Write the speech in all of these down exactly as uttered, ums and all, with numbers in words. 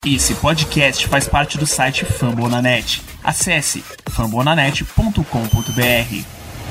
Esse podcast faz parte do site Fambonanet. Acesse fambonanet ponto com ponto b r.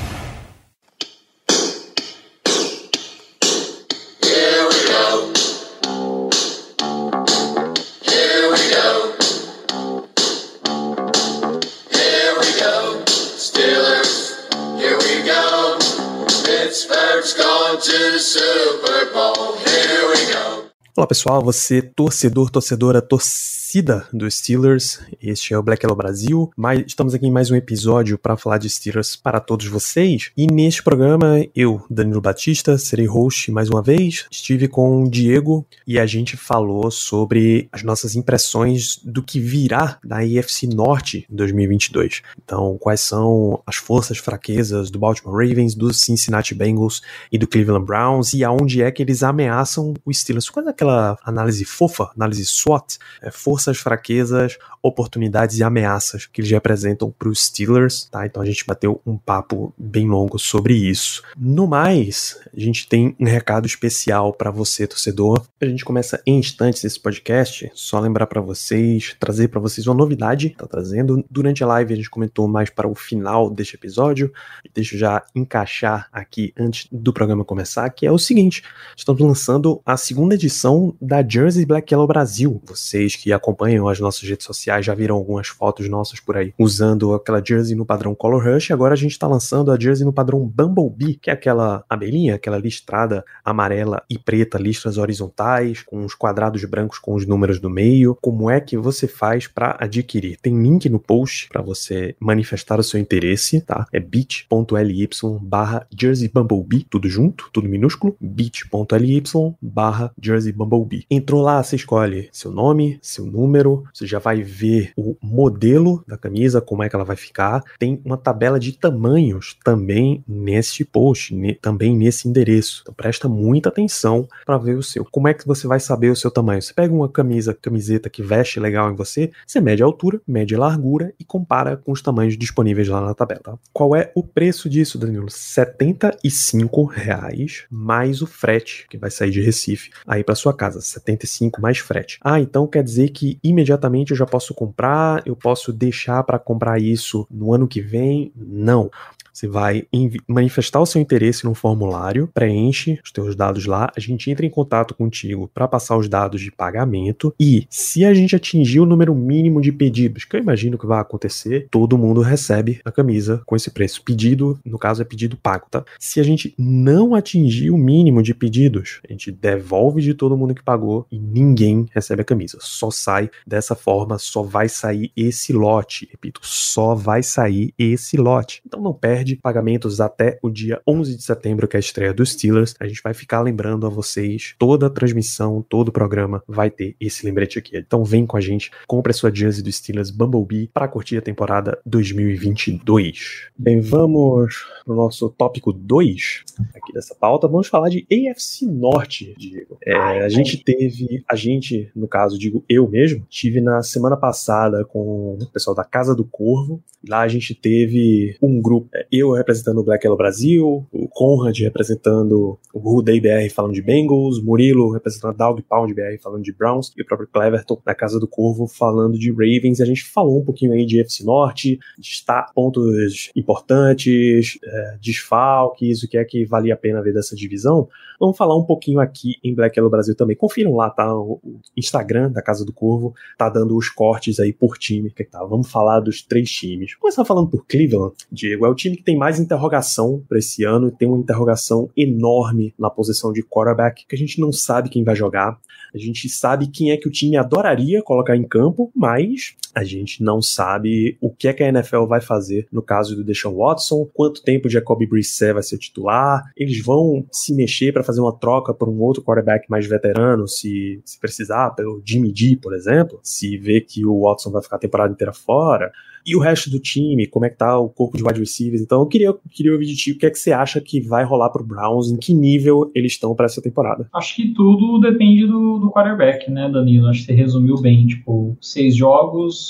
Olá pessoal, você torcedor, torcedora, torcida dos Steelers, este é o Black Yellow Brasil, mas estamos aqui em mais um episódio para falar de Steelers para todos vocês, e neste programa eu, Danilo Batista, serei host mais uma vez, estive com o Diego e a gente falou sobre as nossas impressões do que virá da A F C Norte em dois mil e vinte e dois, então quais são as forças, fraquezas do Baltimore Ravens, do Cincinnati Bengals e do Cleveland Browns, e aonde é que eles ameaçam o Steelers. Qual é aquela análise fofa, análise SWOT, é, forças, fraquezas, oportunidades e ameaças que eles representam para os Steelers, tá? Então a gente bateu um papo bem longo sobre isso. No mais, a gente tem um recado especial para você, torcedor. A gente começa em instantes esse podcast, só lembrar para vocês, trazer para vocês uma novidade, tá trazendo. Durante a live a gente comentou mais para o final deste episódio, deixa eu já encaixar aqui antes do programa começar, que é o seguinte: estamos lançando a segunda edição da Jersey Black Yellow Brasil. Vocês que acompanham as nossas redes sociais já viram algumas fotos nossas por aí, usando aquela jersey no padrão Color Rush. Agora a gente está lançando a jersey no padrão Bumblebee, que é aquela abelhinha, aquela listrada amarela e preta, listras horizontais, com os quadrados brancos com os números no meio. Como é que você faz para adquirir? Tem link no post para você manifestar o seu interesse, tá? É bit.ly barra Jersey Bumblebee, tudo junto, tudo minúsculo, bit.ly barra Jersey Bumblebee. Entrou lá, você escolhe seu nome, seu número, você já vai ver o modelo da camisa, como é que ela vai ficar. Tem uma tabela de tamanhos também nesse post, ne- também nesse endereço. Então presta muita atenção para ver o seu. Como é que você vai saber o seu tamanho? Você pega uma camisa, camiseta que veste legal em você, você mede a altura, mede a largura e compara com os tamanhos disponíveis lá na tabela. Tá? Qual é o preço disso, Danilo? setenta e cinco reais mais o frete que vai sair de Recife aí para sua casa, setenta e cinco mais frete. Ah, então quer dizer que imediatamente eu já posso comprar, eu posso deixar para comprar isso no ano que vem? Não. Você vai envi- manifestar o seu interesse num formulário, preenche os teus dados lá, a gente entra em contato contigo para passar os dados de pagamento, e se a gente atingir o número mínimo de pedidos, que eu imagino que vai acontecer, todo mundo recebe a camisa com esse preço. Pedido, no caso, é pedido pago, tá? Se a gente não atingir o mínimo de pedidos, a gente devolve de todo mundo que pagou e ninguém recebe a camisa. Só sai dessa forma, só vai sair esse lote. Repito, só vai sair esse lote. Então não perde pagamentos até o dia onze de setembro, que é a estreia dos Steelers. A gente vai ficar lembrando a vocês, toda a transmissão, todo o programa vai ter esse lembrete aqui. Então vem com a gente, compre a sua jersey dos Steelers Bumblebee para curtir a temporada dois mil e vinte e dois. Bem, vamos pro nosso tópico dois aqui dessa pauta. Vamos falar de A F C Norte, Diego. É, a gente teve, a gente, no caso, digo eu mesmo, tive na semana passada com o pessoal da Casa do Corvo. Lá a gente teve um grupo, eu representando o Black Yellow Brasil, o Conrad representando o Rudei B R falando de Bengals, Murilo representando a Dog Pound B R falando de Browns, e o próprio Cleverton da Casa do Corvo falando de Ravens. E a gente falou um pouquinho aí de A F C Norte, de pontos importantes, é, desfalques, o que é que valia a pena ver dessa divisão. Vamos falar um pouquinho aqui em Black Yellow Brasil também. Confiram lá, tá? O Instagram da Casa do Corvo tá dando os cortes aí por time. Que tá? Vamos falar dos três times. Vou começar falando por Cleveland, Diego. É o time que tem mais interrogação para esse ano, tem uma interrogação enorme na posição de quarterback, que a gente não sabe quem vai jogar. A gente sabe quem é que o time adoraria colocar em campo, mas a gente não sabe o que é que a N F L vai fazer no caso do Deshaun Watson, quanto tempo o Jacoby Brissett vai ser o titular. Eles vão se mexer para fazer uma troca por um outro quarterback mais veterano, se, se precisar, pelo Jimmy G, por exemplo, se vê que o Watson vai ficar a temporada inteira fora. E o resto do time, como é que tá o corpo de wide receivers? Então eu queria, queria ouvir de ti o que é que você acha que vai rolar pro Browns, em que nível eles estão para essa temporada. Acho que tudo depende do, do quarterback, né, Danilo? Acho que você resumiu bem, tipo, seis jogos,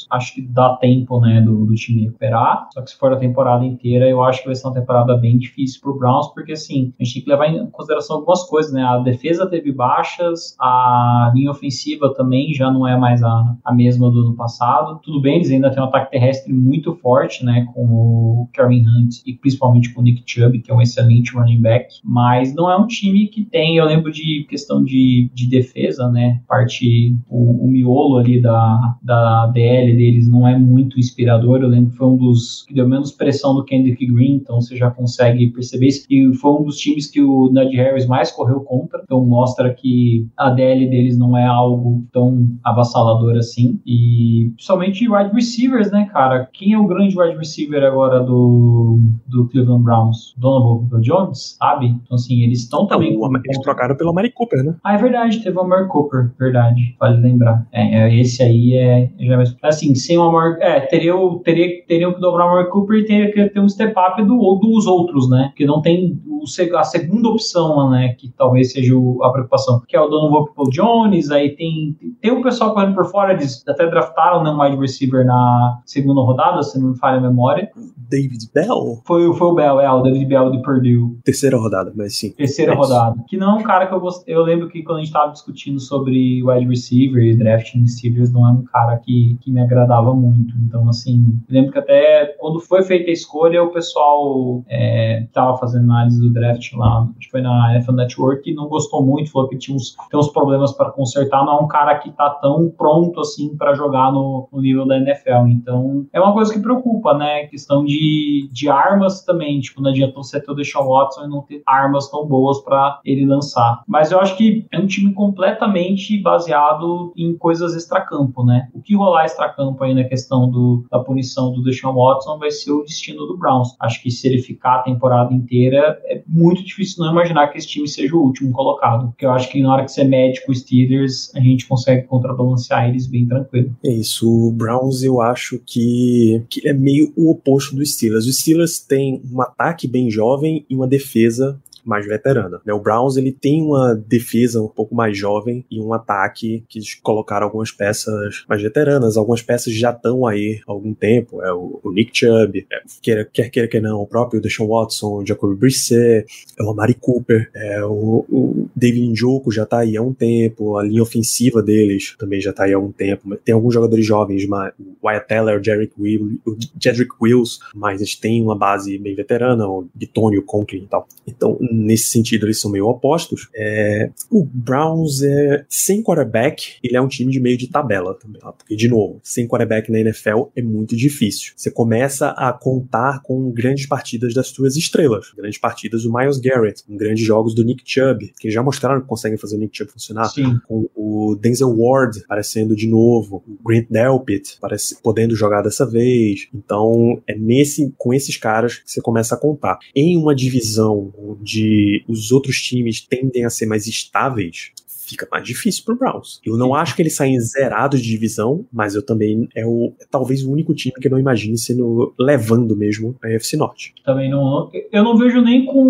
acho que dá tempo, né, do, do time recuperar, só que se for a temporada inteira, eu acho que vai ser uma temporada bem difícil pro Browns, porque assim, a gente tem que levar em consideração algumas coisas, né, a defesa teve baixas, a linha ofensiva também já não é mais a, a mesma do ano passado, tudo bem, eles ainda tem um ataque terrestre muito forte, né, com o Kareem Hunt e principalmente com o Nick Chubb, que é um excelente running back, mas não é um time que tem, eu lembro de questão de, de defesa, né, parte, o, o miolo ali da, da D L deles não é muito inspirador, eu lembro que foi um dos que deu menos pressão do Kendrick Green, então você já consegue perceber isso, e foi um dos times que o Najee Harris mais correu contra, então mostra que a D L deles não é algo tão avassalador assim, e principalmente wide receivers, né, cara, quem é o grande wide receiver agora do, do Cleveland Browns? Donovan Jones, sabe? Então assim, eles estão também... Não, com... eles trocaram pelo Amari Cooper, né? Ah, é verdade, teve o Amari Cooper, verdade, vale lembrar. É, é, esse aí é... Já, assim, sem o Amari... É, teria, teria, teriam que dobrar o Amari Cooper e teria que ter um step-up do, dos outros, né? Porque não tem o, a segunda opção, né? Que talvez seja o, a preocupação. Que é o Donovan Jones, aí tem, tem o pessoal correndo por fora, eles até draftaram, né, um wide receiver na segunda rodada, se não me falha a memória. David Bell? Foi, foi o Bell, é, o David Bell de Purdue. Terceira rodada, mas sim. Terceira é rodada. Que não é um cara que eu gostei. Eu lembro que quando a gente tava discutindo sobre wide receiver e drafting Steelers, não é um cara que, que me agradava muito. Então, assim, eu lembro que até quando foi feita a escolha, o pessoal é, tava fazendo análise do draft lá, acho que foi na N F L Network, e não gostou muito, falou que tinha uns, tem uns problemas para consertar, não é um cara que tá tão pronto assim para jogar no, no nível da N F L. Então, é uma coisa que preocupa, né? Questão de, de armas também, tipo, não adianta você ter o Deshaun Watson e não ter armas tão boas para ele lançar. Mas eu acho que é um time completamente baseado em coisas extracampo, né? O que rolar extracampo aí na questão do, da punição do Deshaun Watson vai ser o destino do Browns. Acho que se ele ficar a temporada inteira, é muito difícil não imaginar que esse time seja o último colocado. Porque eu acho que na hora que você mede com os Steelers, a gente consegue contrabalancear eles bem tranquilo. É isso. O Browns, eu acho que, que é meio o oposto dos Steelers. Os Steelers têm um ataque bem jovem e uma defesa mais veterana, né? O Browns, ele tem uma defesa um pouco mais jovem e um ataque que eles colocaram algumas peças mais veteranas, algumas peças já estão aí há algum tempo, é o, o Nick Chubb, é, quer, quer queira que não, o próprio Deshaun Watson, o Jacoby Brissett, é o Amari Cooper, é o, o David Njoku já tá aí há um tempo, a linha ofensiva deles também já tá aí há um tempo, tem alguns jogadores jovens, mas o Wyatt Teller, o Jedrick Wills, o Jedrick Wills, mas eles têm uma base bem veterana, o Bitonio, o Conklin e tal. Então, nesse sentido, eles são meio opostos. É, o Browns, é, sem quarterback, ele é um time de meio de tabela também, tá? Porque, de novo, sem quarterback na N F L é muito difícil. Você começa a contar com grandes partidas das suas estrelas, grandes partidas do Myles Garrett, com grandes jogos do Nick Chubb, que já mostraram que conseguem fazer o Nick Chubb funcionar. Sim. Com o Denzel Ward aparecendo de novo, o Grant Delpit parece, podendo jogar dessa vez. Então, é nesse, com esses caras que você começa a contar. Em uma divisão onde os outros times tendem a ser mais estáveis, fica mais difícil pro Browns. Eu não acho que eles saem zerados de divisão, mas eu também é, o, é talvez o único time que eu não imagine sendo levando mesmo a N F C Norte. Também não. Eu não vejo nem com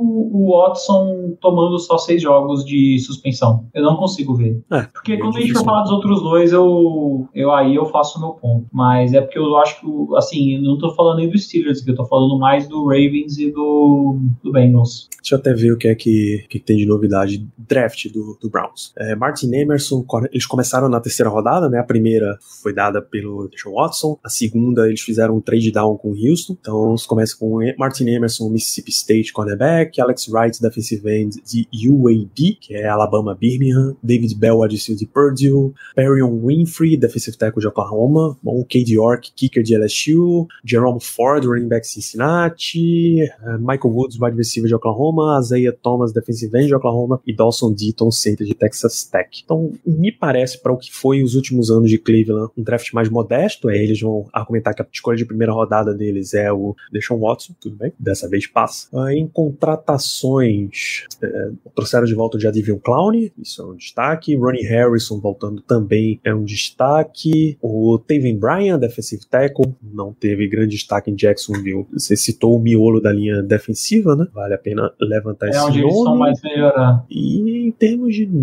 o Watson tomando só seis jogos de suspensão. Eu não consigo ver. É, porque é quando difícil. A gente for falar dos outros dois, eu, eu aí eu faço o meu ponto. Mas é porque eu acho que, assim, eu não tô falando nem dos Steelers, que eu tô falando mais do Ravens e do, do Bengals. Deixa eu até ver o que é que, que tem de novidade draft do, do Browns. É, Martin Emerson, eles começaram na terceira rodada, né? A primeira foi dada pelo Deshaun Watson, a segunda eles fizeram um trade down com o Houston, então eles começam com Martin Emerson, Mississippi State cornerback, Alex Wright, defensive end de U A D, que é Alabama Birmingham, David Bell, adversário de Purdue, Perrion Winfrey, defensive tackle de Oklahoma, bom, Cade York, kicker de L S U, Jerome Ford, running back Cincinnati, uh, Michael Woods, wide receiver de Oklahoma, Isaiah Thomas, defensive end de Oklahoma e Dawson Deaton, center de Texas Tech. Então, me parece, para o que foi os últimos anos de Cleveland, um draft mais modesto. Aí eles vão argumentar que a escolha de primeira rodada deles é o Deshaun Watson, tudo bem, dessa vez passa. Ah, em contratações, é, trouxeram de volta o Jadeveon Clowney, isso é um destaque. Ronnie Harrison voltando também é um destaque. O Taven Bryan, defensive tackle, não teve grande destaque em Jacksonville. Você citou o miolo da linha defensiva, né? Vale a pena levantar é esse nome. É onde eles são mais melhorar. E em termos de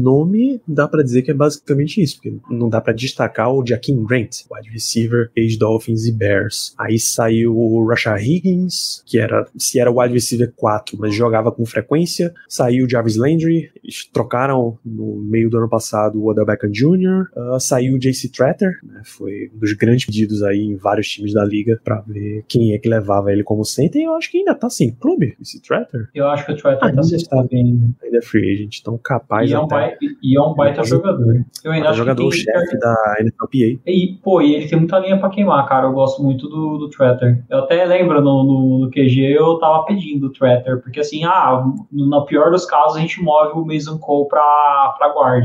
nome dá pra dizer que é basicamente isso, porque não dá pra destacar o Jakeem Grant, wide receiver, ex-Dolphins e Bears. Aí saiu o Rashad Higgins, que era, se era wide receiver quatro, mas jogava com frequência. Saiu o Jarvis Landry, eles trocaram no meio do ano passado o Odell Beckham Júnior Uh, saiu o J C Tretter, né, foi um dos grandes pedidos aí em vários times da liga pra ver quem é que levava ele como center, e eu acho que ainda tá sem clube, esse Tretter. Eu acho que o Tretter ainda tá sem clube ainda. Ainda é free agent, então capaz e é um até. Baita, e é um baita jogador. Eu ainda acho jogador-chefe tem... da N F L P A. E, pô, e ele tem muita linha pra queimar, cara. Eu gosto muito do, do Tretter. Eu até lembro no, no, no Q G eu tava pedindo o Tretter, porque assim, ah, no, no pior dos casos a gente move o Mason Cole pra, pra guard.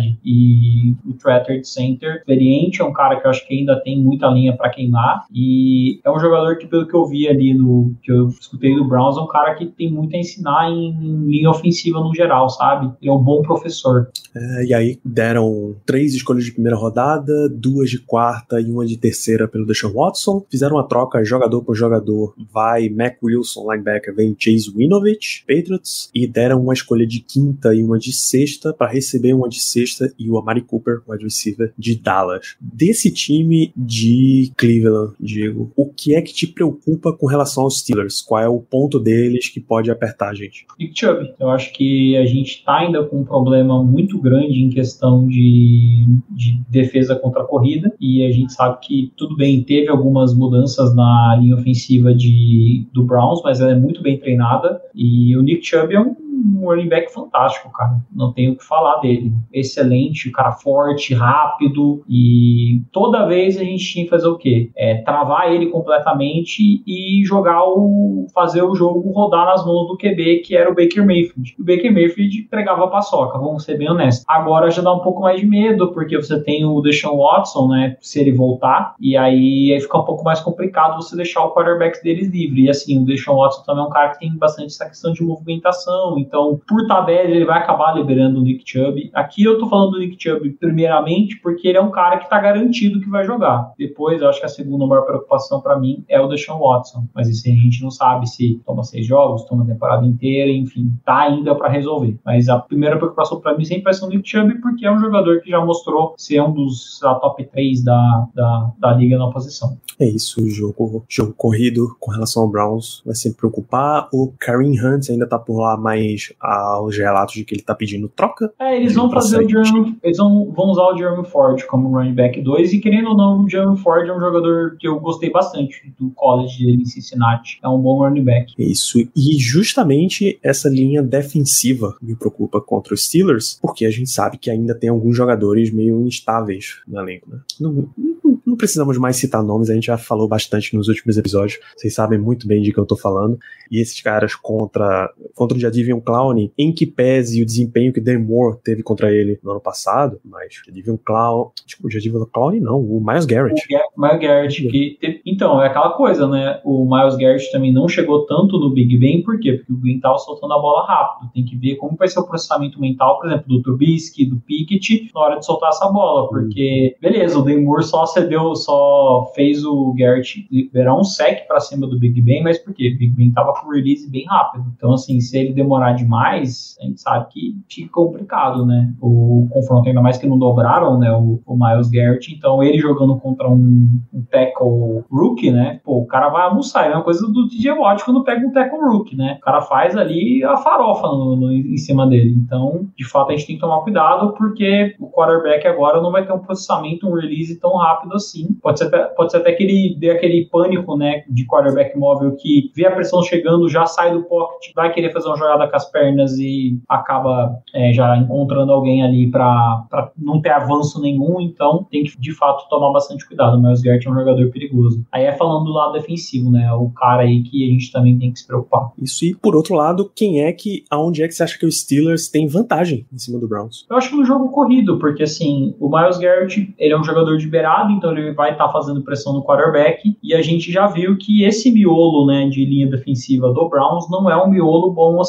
E o Tretter de center, experiente, é um cara que eu acho que ainda tem muita linha pra queimar. E é um jogador que, pelo que eu vi ali, no, que eu escutei do Browns, é um cara que tem muito a ensinar em, em linha ofensiva no geral, sabe? Ele é um bom professor. É, e aí deram três escolhas de primeira rodada, duas de quarta e uma de terceira pelo Deshaun Watson. Fizeram uma troca jogador por jogador. Vai Mac Wilson, linebacker, vem Chase Winovich, Patriots. E deram uma escolha de quinta e uma de sexta para receber uma de sexta e o Amari Cooper, wide receiver, de Dallas. Desse time de Cleveland, Diego, o que é que te preocupa com relação aos Steelers? Qual é o ponto deles que pode apertar a gente? Nick Chubb. Eu acho que a gente tá ainda com um problema muito grande em questão de, de defesa contra a corrida, e a gente sabe que, tudo bem, teve algumas mudanças na linha ofensiva de, do Browns, mas ela é muito bem treinada, e o Nick Chubb é um um running back fantástico, cara. Não tenho o que falar dele. Excelente, cara forte, rápido, e toda vez a gente tinha que fazer o quê? É, travar ele completamente e jogar o... fazer o jogo rodar nas mãos do Q B, que era o Baker Mayfield. O Baker Mayfield entregava a paçoca, vamos ser bem honestos. Agora já dá um pouco mais de medo, porque você tem o Deshaun Watson, né, se ele voltar, e aí, aí fica um pouco mais complicado você deixar o quarterback deles livre. E assim, o Deshaun Watson também é um cara que tem bastante essa questão de movimentação, então, por tabela, ele vai acabar liberando o Nick Chubb. Aqui eu tô falando do Nick Chubb primeiramente porque ele é um cara que tá garantido que vai jogar. Depois, eu acho que a segunda maior preocupação pra mim é o Deshaun Watson. Mas isso a gente não sabe se toma seis jogos, toma a temporada inteira, enfim, tá ainda pra resolver. Mas a primeira preocupação pra mim sempre vai ser o Nick Chubb, porque é um jogador que já mostrou ser um dos da top três da, da, da liga na posição. É isso, o jogo, jogo corrido com relação ao Browns vai sempre preocupar. O Kareem Hunt ainda tá por lá, mas aos relatos de que ele tá pedindo troca. É, eles vão fazer o Jeremy, eles vão, vão usar o Jeremy Ford como running back dois, e querendo ou não, o Jeremy Ford é um jogador que eu gostei bastante do college dele em Cincinnati. É um bom running back. Isso, e justamente essa linha defensiva me preocupa contra os Steelers, porque a gente sabe que ainda tem alguns jogadores meio instáveis no elenco, né? Não, não, não precisamos mais citar nomes, a gente já falou bastante nos últimos episódios, vocês sabem muito bem de que eu tô falando, e esses caras contra, contra o Jadeveon Clowney, em que pese o desempenho que Dan Moore teve contra ele no ano passado, mas o Jadeveon Clowney, tipo, o Jadeveon Clowney não, o Miles Garrett. O Miles Garrett, que teve, então, é aquela coisa, né, o Miles Garrett também não chegou tanto no Big Ben, por quê? Porque o Ben tava soltando a bola rápido, tem que ver como vai ser o processamento mental, por exemplo, do Trubisky, do Pickett, na hora de soltar essa bola, porque, beleza, o Dan Moore só cedeu, só fez o Garrett liberar um sec pra cima do Big Ben, mas por quê? O Big Ben tava com o release bem rápido, então assim, se ele demorar demais, a gente sabe que fica complicado, né? O confronto, ainda mais que não dobraram, né? O, o Myles Garrett, então ele jogando contra um, um tackle rookie, né? Pô, o cara vai almoçar, é uma coisa do T J Watt quando pega um tackle rookie, né? O cara faz ali a farofa no, no, em cima dele. Então, de fato, a gente tem que tomar cuidado, porque o quarterback agora não vai ter um processamento, um release tão rápido assim. Pode ser, pode ser até que ele dê aquele pânico, né? De quarterback móvel que vê a pressão chegando, já sai do pocket, vai querer fazer uma jogada com as pernas e acaba é, já encontrando alguém ali para não ter avanço nenhum, então tem que de fato tomar bastante cuidado. O Myles Garrett é um jogador perigoso. Aí é falando do lado defensivo, né? O cara aí que a gente também tem que se preocupar. Isso, e por outro lado, quem é que, aonde é que você acha que os Steelers têm vantagem em cima do Browns? Eu acho que no jogo corrido, porque assim, o Myles Garrett, ele é um jogador de beirada, então ele vai estar tá fazendo pressão no quarterback, e a gente já viu que esse miolo, né, de linha defensiva do Browns não é um miolo bom assim. Então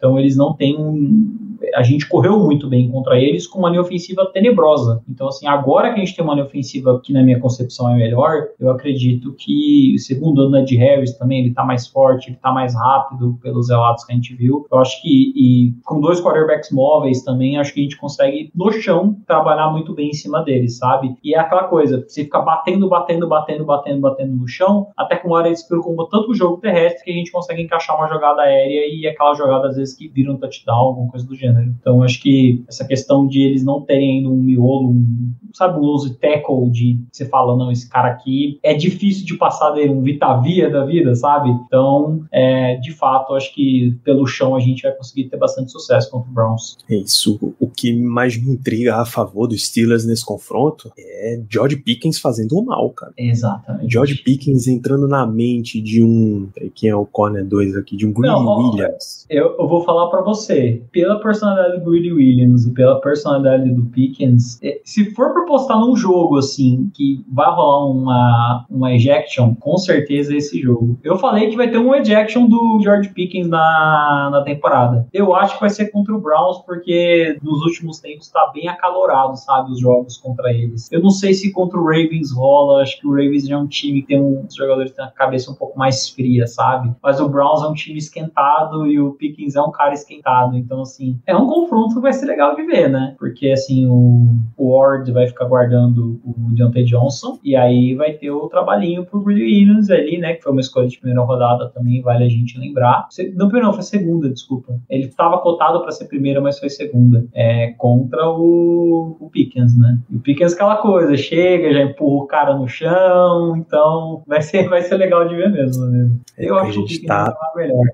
Então eles não têm um... A gente correu muito bem contra eles com uma linha ofensiva tenebrosa. Então, assim, agora que a gente tem uma linha ofensiva que, na minha concepção, é melhor, eu acredito que, segundo o Najee Harris também, ele tá mais forte, ele tá mais rápido pelos relatos que a gente viu. Eu acho que, e com dois quarterbacks móveis também, acho que a gente consegue, no chão, trabalhar muito bem em cima deles, sabe? E é aquela coisa, você fica batendo, batendo, batendo, batendo, batendo no chão, até que uma hora eles preocupam tanto o jogo terrestre que a gente consegue encaixar uma jogada aérea e aquela jogada, às vezes, que vira um touchdown, alguma coisa do gênero. Então, acho que essa questão de eles não terem ainda um miolo, um, sabe, um lose tackle de você fala, não, esse cara aqui é difícil de passar dele, um Vitavia da vida, sabe? Então, é, de fato, acho que pelo chão a gente vai conseguir ter bastante sucesso contra o Browns. É isso. O que mais me intriga a favor dos Steelers nesse confronto é George Pickens fazendo o mal, cara. Exatamente. George Pickens entrando na mente de um... Quem é o corner dois aqui? De um Greedy Williams. Eu, eu vou falar pra você, pela personalidade do Greedy Williams e pela personalidade do Pickens, se for pra postar num jogo, assim, que vai rolar uma, uma ejection, com certeza é esse jogo. Eu falei que vai ter um ejection do George Pickens na, na temporada. Eu acho que vai ser contra o Browns, porque nos últimos tempos tá bem acalorado, sabe, os jogos contra eles. Eu não sei se contra o Ravens rola, acho que o Ravens já é um time que tem uns jogadores que tem a cabeça um pouco mais fria, sabe? Mas o Browns é um time esquentado e o Pickens é um cara esquentado, então, assim, é um confronto que vai ser legal de ver, né? Porque, assim, o, o Ward vai ficar guardando o Deontay Johnson e aí vai ter o trabalhinho pro Greedy Williams ali, né? Que foi uma escolha de primeira rodada também, vale a gente lembrar. Não, não, foi segunda, desculpa. Ele tava cotado pra ser primeira, mas foi segunda. É, contra o, o Pickens, né? E o Pickens é aquela coisa, chega, já empurra o cara no chão, então vai ser, vai ser legal de ver mesmo, né? Eu é, acho que o Pickens tá... vai melhor.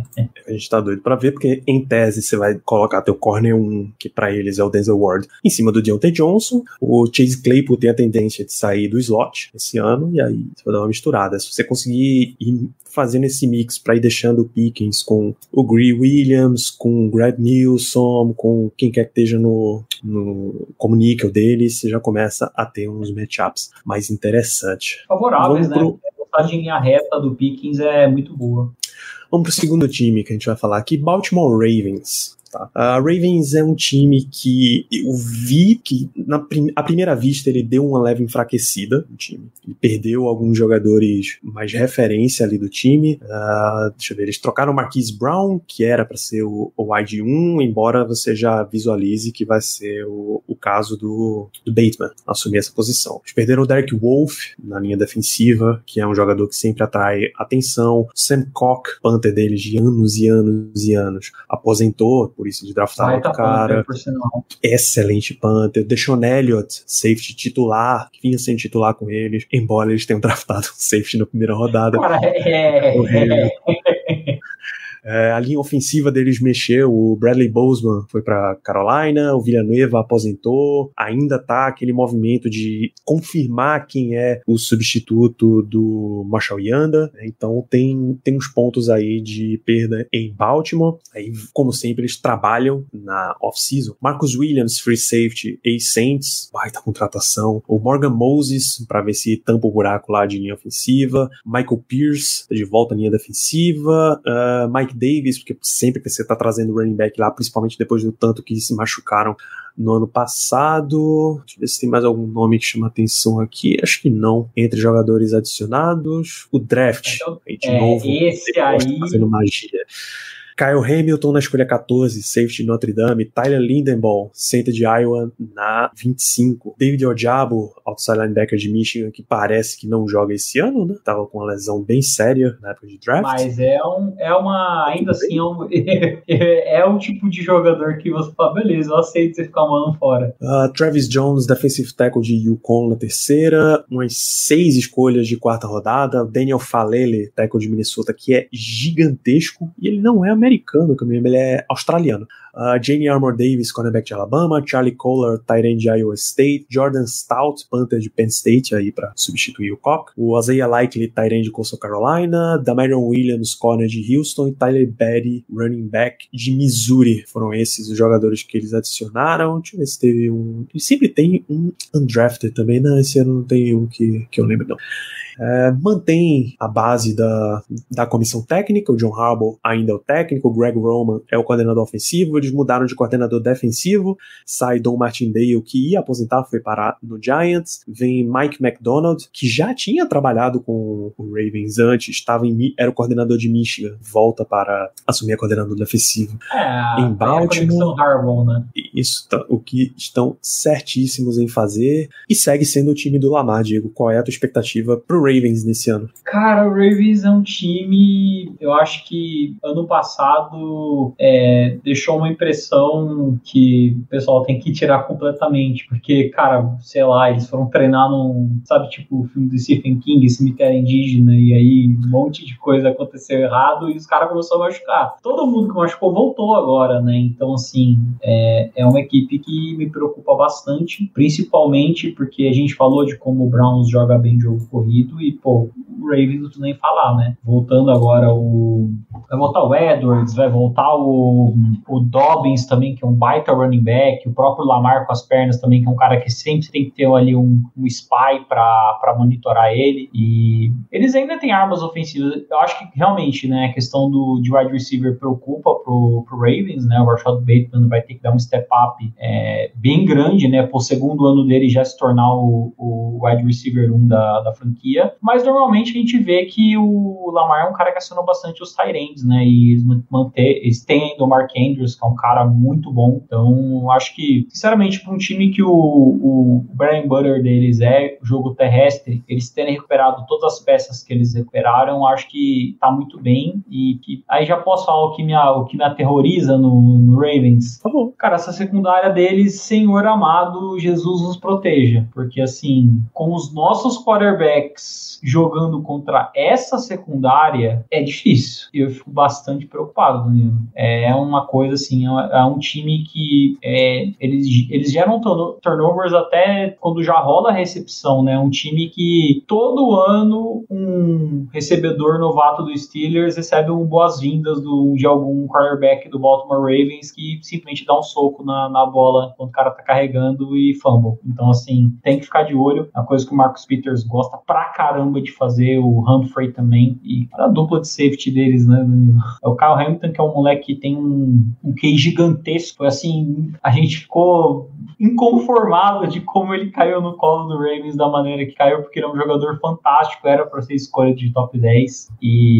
A gente tá doido pra ver, porque em tese você vai colocar teu corner um, que pra eles é o Denzel Ward, em cima do Deontay Johnson. O Chase Claypool tem a tendência de sair do slot esse ano, e aí você vai dar uma misturada. Se você conseguir ir fazendo esse mix pra ir deixando o Pickens com o Greedy Williams, com o Greg Nilsson, com quem quer que esteja no, no como níquel deles, você já começa a ter uns matchups mais interessantes. Favoráveis, Vamos né? Pro... A passagem em linha reta do Pickens é muito boa. Vamos pro segundo time que a gente vai falar aqui, Baltimore Ravens. Tá. A Ravens é um time que eu vi que na prim- à primeira vista ele deu uma leve enfraquecida no time. Ele perdeu alguns jogadores mais referência ali do time. Uh, deixa eu ver, eles trocaram o Marquise Brown, que era para ser o, o wide um, embora você já visualize que vai ser o, o caso do, do Bateman assumir essa posição. Eles perderam o Derek Wolfe na linha defensiva, que é um jogador que sempre atrai atenção. Sam Cock, punter deles de anos e anos e anos, aposentou, por isso de draftar outro cara. Punter, excelente punter. Deshaun Elliott, safety titular, que vinha sendo titular com eles, embora eles tenham draftado um safety na primeira rodada. Cara, é... É, a linha ofensiva deles mexeu, o Bradley Bozeman foi para Carolina, o Villanueva aposentou, ainda tá aquele movimento de confirmar quem é o substituto do Marshall Yanda, né? Então tem, tem uns pontos aí de perda em Baltimore. Aí, como sempre, eles trabalham na off-season. Marcus Williams, free safety, ex-Saints, baita contratação. O Morgan Moses, para ver se tampa o buraco lá de linha ofensiva. Michael Pierce, de volta à linha defensiva. Uh, Mike Davis, porque sempre que você tá trazendo running back lá, principalmente depois do tanto que se machucaram no ano passado. Deixa eu ver se tem mais algum nome que chama atenção aqui. Acho que não. Entre jogadores adicionados, o draft. Então, aí de é, novo, esse aí... fazendo magia. Kyle Hamilton na escolha catorze, safety de Notre Dame. Tyler Lindenbaum, center de Iowa, na vinte e cinco. David Ojabo, outside linebacker de Michigan, que parece que não joga esse ano, né? Tava com uma lesão bem séria na época de draft. Mas é, um, é uma... Ainda assim, é um, é um tipo de jogador que você fala, beleza, eu aceito você ficar um ano fora. Uh, Travis Jones, defensive tackle de Yukon na terceira. Umas seis escolhas de quarta rodada. Daniel Falele, tackle de Minnesota, que é gigantesco. E ele não é americano, americano, ele é australiano. Uh, Jane Armour Davis, cornerback de Alabama, Charlie Kohler, tight end de Iowa State, Jordan Stout, punter de Penn State, aí para substituir o Cock, o Isaiah Likely, tight end de Coastal Carolina, Damarion Williams, corner de Houston, e Tyler Batty, running back de Missouri. Foram esses os jogadores que eles adicionaram. Deixa eu ver se teve um... E sempre tem um undrafted também, né? Esse ano não tem um que, que eu lembro, não. É, mantém a base da, da comissão técnica, o John Harbaugh ainda é o técnico, o Greg Roman é o coordenador ofensivo, eles mudaram de coordenador defensivo, sai Don Martindale, que ia aposentar, foi parar no Giants, vem Mike McDonald, que já tinha trabalhado com o Ravens antes, estava em, era o coordenador de Michigan, volta para assumir a coordenador defensivo é, em Baltimore. É a Harbaugh, né? Isso, o que estão certíssimos em fazer, e segue sendo o time do Lamar, Diego. Qual é a tua expectativa pro Ravens nesse ano? Cara, o Ravens é um time, eu acho que ano passado é, deixou uma impressão que o pessoal tem que tirar completamente, porque, cara, sei lá, eles foram treinar num, sabe, tipo o filme do Stephen King, Cemitério Indígena, e aí um monte de coisa aconteceu errado e os caras começaram a machucar. Todo mundo que machucou voltou agora, né? Então, assim, é, é uma equipe que me preocupa bastante, principalmente porque a gente falou de como o Browns joga bem jogo corrido, e, pô, o Ravens não nem falar, né? Voltando agora o... Vai voltar o Edwards, vai voltar o, o Dobbins também, que é um baita running back, o próprio Lamar com as pernas também, que é um cara que sempre tem que ter ali um, um spy pra, pra monitorar ele, e eles ainda têm armas ofensivas. Eu acho que realmente, né, a questão do, de wide receiver preocupa pro, pro Ravens, né? O Rashad Bateman vai ter que dar um step up é, bem grande, né? Pro segundo ano dele já se tornar o, o wide receiver um da, da franquia. Mas normalmente a gente vê que o Lamar é um cara que acionou bastante os tight ends, né? E eles, manter, eles têm ainda o Mark Andrews, que é um cara muito bom. Então, acho que, sinceramente, para um time que o, o bread and butter deles é o jogo terrestre, eles terem recuperado todas as peças que eles recuperaram, acho que tá muito bem. E que aí já posso falar o que me, o que me aterroriza no, no Ravens. Tá bom. Cara, essa secundária deles, Senhor amado, Jesus nos proteja. Porque, assim, com os nossos quarterbacks jogando contra essa secundária, é difícil. Eu fico bastante preocupado, Danilo. É uma coisa assim, é um time que é, eles, eles geram turnovers até quando já rola a recepção, né? Um time que todo ano um recebedor novato do Steelers recebe um boas-vindas do, de algum quarterback do Baltimore Ravens que simplesmente dá um soco na, na bola quando o cara tá carregando e fumble. Então, assim, tem que ficar de olho. É uma coisa que o Marcus Peters gosta pra caramba de fazer, o Humphrey também, e a dupla de safety deles, né, Danilo? É o Kyle Hamilton, que é um moleque que tem um, um Q I gigantesco. Foi assim, a gente ficou inconformado de como ele caiu no colo do Ravens da maneira que caiu, porque ele é um jogador fantástico, era para ser escolha de top dez,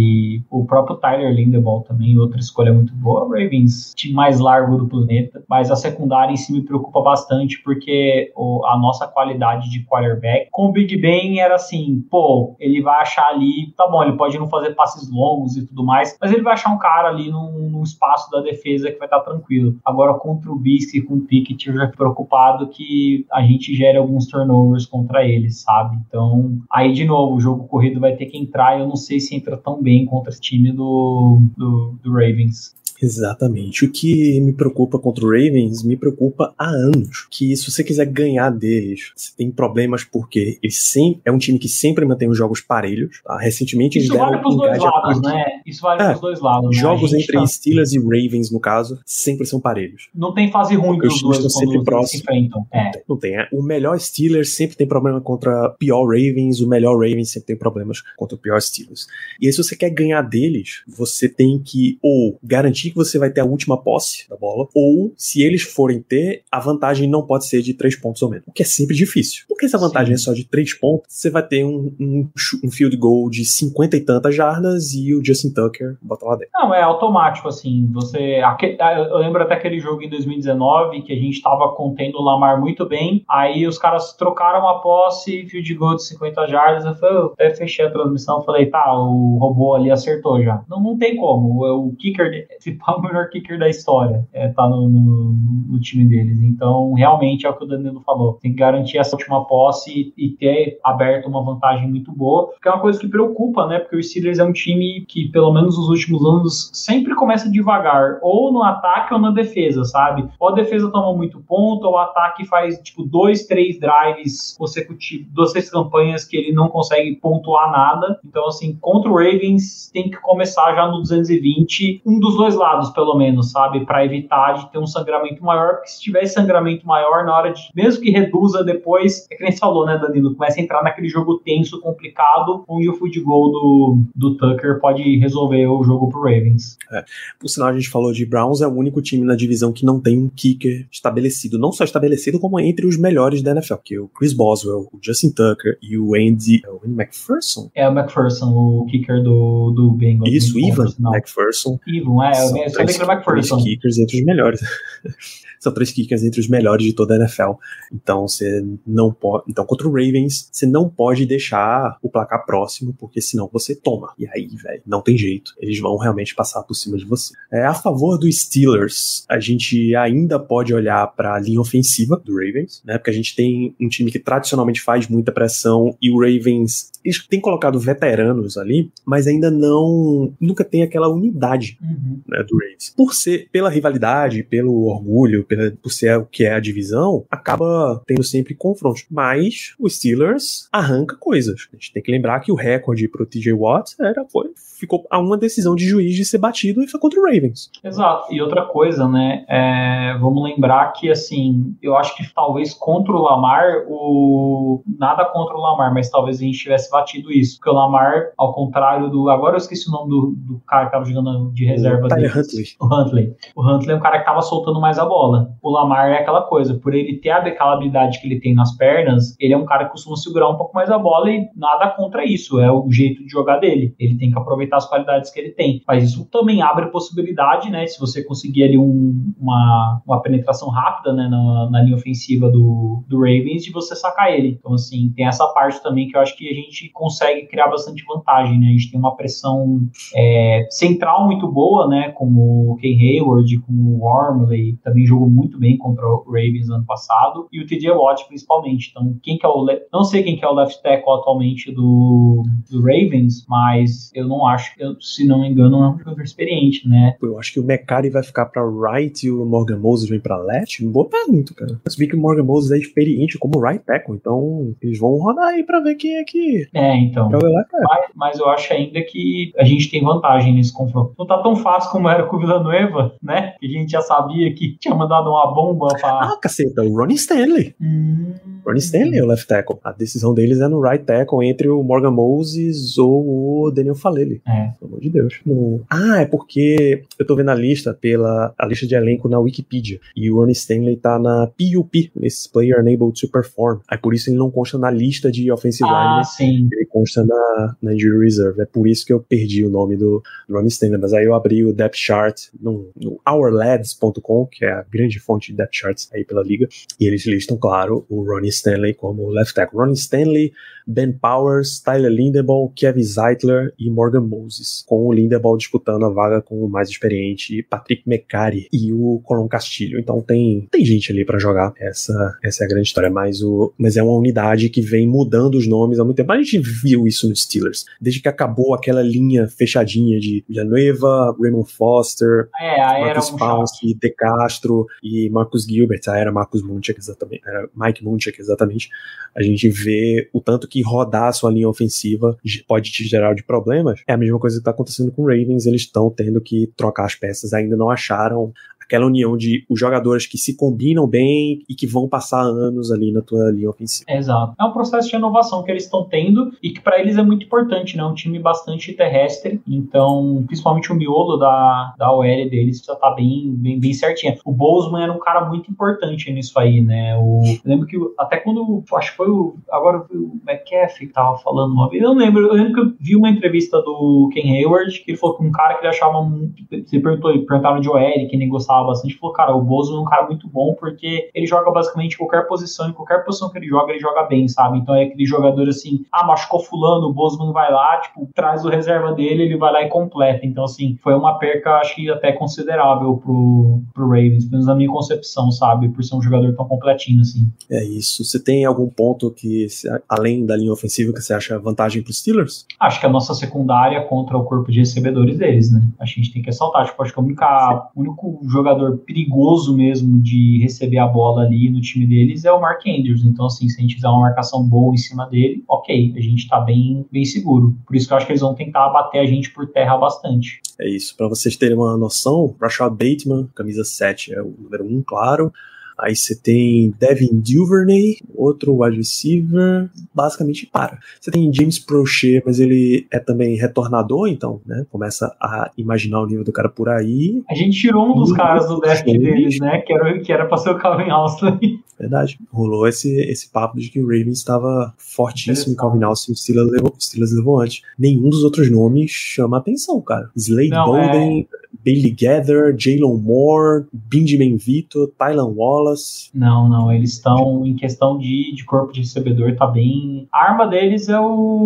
e o próprio Tyler Linderbaum também, outra escolha muito boa. O Ravens, time mais largo do planeta, mas a secundária em si me preocupa bastante, porque o, a nossa qualidade de quarterback, com o Big Ben era assim, pô, ele vai achar ali, tá bom, ele pode não fazer passes longos e tudo mais, mas ele vai achar um cara ali num, num espaço da defesa que vai estar tranquilo. Agora, contra o Bisque e com o Pickett, eu já fico preocupado que a gente gere alguns turnovers contra eles, sabe? Então, aí de novo, o jogo corrido vai ter que entrar, e eu não sei se entra tão bem contra esse time do, do, do Ravens. Exatamente. O que me preocupa contra o Ravens, me preocupa há anos. Que se você quiser ganhar deles, você tem problemas, porque eles sempre, é um time que sempre mantém os jogos parelhos. Tá? Recentemente eles Isso deram vale pros um dois gás lados, ataque. né? Isso vale É, pros dois lados. Jogos né? entre tá... Steelers e Ravens, no caso, sempre são parelhos. Não tem fase ruim Porque dos dois estão quando sempre eles próximos. se enfrentam. Não, É. tem, não tem. O melhor Steelers sempre tem problema contra o pior Ravens, o melhor Ravens sempre tem problemas contra o pior Steelers. E aí, se você quer ganhar deles, você tem que ou garantir que você vai ter a última posse da bola, ou se eles forem ter, a vantagem não pode ser de três pontos ou menos, o que é sempre difícil. Porque se a vantagem Sim. é só de três pontos, você vai ter um, um, um field goal de cinquenta e tantas jardas e o Justin Tucker bota lá dentro. Não, é automático, assim, você... Eu lembro até aquele jogo em dois mil e dezenove, que a gente tava contendo o Lamar muito bem, aí os caras trocaram a posse, field goal de cinquenta jardas, eu, falei, eu até fechei a transmissão, falei, tá, o robô ali acertou já. Não, não tem como, o, o kicker, se principal, o melhor kicker da história é, tá no, no, no time deles. Então, realmente é o que o Danilo falou. Tem que garantir essa última posse e, e ter aberto uma vantagem muito boa, que é uma coisa que preocupa, né? Porque o Steelers é um time que, pelo menos nos últimos anos, sempre começa devagar, ou no ataque ou na defesa, sabe? Ou a defesa toma muito ponto, ou o ataque faz, tipo, dois, três drives consecutivos, duas, três campanhas que ele não consegue pontuar nada. Então, assim, contra o Ravens, tem que começar já no duzentos e vinte, um dos dois lados, pelo menos, sabe? Para evitar de ter um sangramento maior, porque se tiver sangramento maior, na hora de, mesmo que reduza depois, é que nem você falou, né, Danilo? Começa a entrar naquele jogo tenso, complicado, onde o field goal do, do Tucker pode resolver o jogo pro Ravens. É. Por sinal, a gente falou de Browns, é o único time na divisão que não tem um kicker estabelecido, não só estabelecido, como entre os melhores da N F L, que é o Chris Boswell, o Justin Tucker e o Andy, o Andy McPherson. É o McPherson, o kicker do, do Bengals. Isso, Ivan McPherson. Ivan, é, São eu sabia que era McPherson. Três kickers entre os melhores. São três kickers entre os melhores de toda a N F L. Então, você não pode. Então, contra o Ravens, você não pode deixar o placar próximo, porque senão você toma. E aí, velho, não tem jeito. Eles vão realmente passar por cima de você. É, a favor dos Steelers, a gente ainda pode olhar para a linha ofensiva do Ravens, né? Porque a gente tem um time que tradicionalmente faz muita pressão e o Ravens, eles têm colocado veteranos ali, mas ainda não, nunca tem aquela unidade, uhum. né, do Ravens. Por ser, pela rivalidade, pelo orgulho, pela, por ser o que é a divisão, acaba tendo sempre confrontos. Mas o Steelers arranca coisas. A gente tem que lembrar que o recorde pro T J Watt era, foi, ficou a uma decisão de juiz de ser batido e foi contra o Ravens. Exato. E outra coisa, né, é, vamos lembrar que, assim, eu acho que talvez contra o Lamar, o nada contra o Lamar, mas talvez a gente tivesse batido isso. Porque o Lamar, ao contrário do... Agora eu esqueci o nome do, do cara que tava jogando de reserva. O Tyler Huntley. O Huntley. O Huntley é um cara que tava soltando mais a bola. O Lamar é aquela coisa, por ele ter aquela habilidade que ele tem nas pernas, ele é um cara que costuma segurar um pouco mais a bola e nada contra isso, é o jeito de jogar dele. Ele tem que aproveitar as qualidades que ele tem. Mas isso também abre possibilidade, né, se você conseguir ali um, uma, uma penetração rápida, né, na, na linha ofensiva do, do Ravens, de você sacar ele. Então, assim, tem essa parte também que eu acho que a gente consegue criar bastante vantagem, né, a gente tem uma pressão é, central muito boa, né, como o Ken Hayward, como o Wormley, também jogou muito bem contra o Ravens ano passado, e o T J Watt principalmente. Então, quem que é o le... não sei quem que é o left tackle atualmente do, do Ravens, mas eu não acho, eu, se não me engano, é um jogador experiente, né? Eu acho que o McCarry vai ficar pra right e o Morgan Moses vem pra left. Boa pergunta, cara. Eu vi que o Morgan Moses é experiente como right tackle, então eles vão rodar aí pra ver quem é que... É, então. Mas, mas eu acho ainda que a gente tem vantagem nesse confronto. Não tá tão fácil como era com o Villanueva, né? Que a gente já sabia que tinha mandado uma bomba pra... Ah, caceta, o Ronnie Stanley. Hum... Ronnie Stanley é o left tackle. A decisão deles é no right tackle entre o Morgan Moses ou o Daniel Falele. É. Pelo amor de Deus. No... Ah, é porque eu tô vendo a lista pela a lista de elenco na Wikipedia. E o Ronnie Stanley tá na P U P, nesse Player Unable to Perform. Aí por isso ele não consta na lista de Offensive ah, Linemen. Sim. Ele consta na, na Injury Reserve. É por isso que eu perdi o nome do, do Ronnie Stanley. Mas aí eu abri o depth chart no, no our lads ponto com, que é a grande fonte de depth charts aí pela liga. E eles listam, claro, o Ronnie Stanley como left tackle. Ronnie Stanley, Ben Powers, Tyler Linderbaum, Kevin Zeitler e Morgan Moses, com o Linderbaum disputando a vaga com o mais experiente Patrick McCarry e o Colin Castilho. Então tem, tem gente ali pra jogar. Essa, essa é a grande história. Mas, o, mas é uma unidade que vem mudando os nomes há muito tempo. A gente viu isso nos Steelers. Desde que acabou aquela linha fechadinha de Villanueva, Raymond Foster, é, Marcus Pouncey, De Castro e Marcus Gilbert. Ah, era Marcus Munchak, exatamente. Era Mike Munchak, exatamente. A gente vê o tanto que rodar a sua linha ofensiva pode te gerar de problemas. É a mesma coisa que está acontecendo com o Ravens. Eles estão tendo que trocar as peças. Ainda não acharam aquela união de os jogadores que se combinam bem e que vão passar anos ali na tua linha ofensiva. Exato. É um processo de inovação que eles estão tendo e que para eles é muito importante, né? Um time bastante terrestre, então, principalmente o miolo da, da O L deles já tá bem, bem, bem certinho. O Bozeman era um cara muito importante nisso aí, né? O, eu lembro que até quando, acho que foi o, agora foi o McAfee que tava falando uma vez, eu não lembro, eu lembro que eu vi uma entrevista do Ken Hayward, que ele falou que um cara que ele achava, você perguntou, perguntaram de O L, que nem gostava falava bastante, falou, cara, o Bozeman é um cara muito bom porque ele joga basicamente qualquer posição, em qualquer posição que ele joga, ele joga bem, sabe? Então é aquele jogador assim, ah, machucou fulano, o Bozeman vai lá, tipo, traz o reserva dele, ele vai lá e completa. Então, assim, foi uma perca, acho que até considerável pro, pro Ravens, pelo menos na minha concepção, sabe? Por ser um jogador tão completinho, assim. É isso. Você tem algum ponto que, além da linha ofensiva, que você acha vantagem pros Steelers? Acho que a nossa secundária contra o corpo de recebedores deles, né? A gente tem que ressaltar. Tipo, acho que a única, o único jogador perigoso mesmo de receber a bola ali no time deles é o Mark Andrews. Então, assim, se a gente fizer uma marcação boa em cima dele, ok, a gente tá bem, bem seguro. Por isso que eu acho que eles vão tentar abater a gente por terra bastante. É isso. Para vocês terem uma noção, Rashad Bateman, camisa sete, é o número um, claro. Aí você tem Devin Duvernay, outro wide receiver, basicamente para. Você tem James Prochet, mas ele é também retornador, então, né? Começa a imaginar o nível do cara por aí. A gente tirou um dos caras do draft deles, né? Que era, que era pra ser o Calvin Austin. Verdade. Rolou esse, esse papo de que o Ravens estava fortíssimo em Calvin Austin, o Steelers levou, o Steelers levou antes. Nenhum dos outros nomes chama atenção, cara. Slade Não, Bolden, é... Bailey Gather, Jalen Moore, Benjamin Vito, Tylan Wallace. Não, não, eles estão em questão de, de corpo de recebedor, tá bem... A arma deles é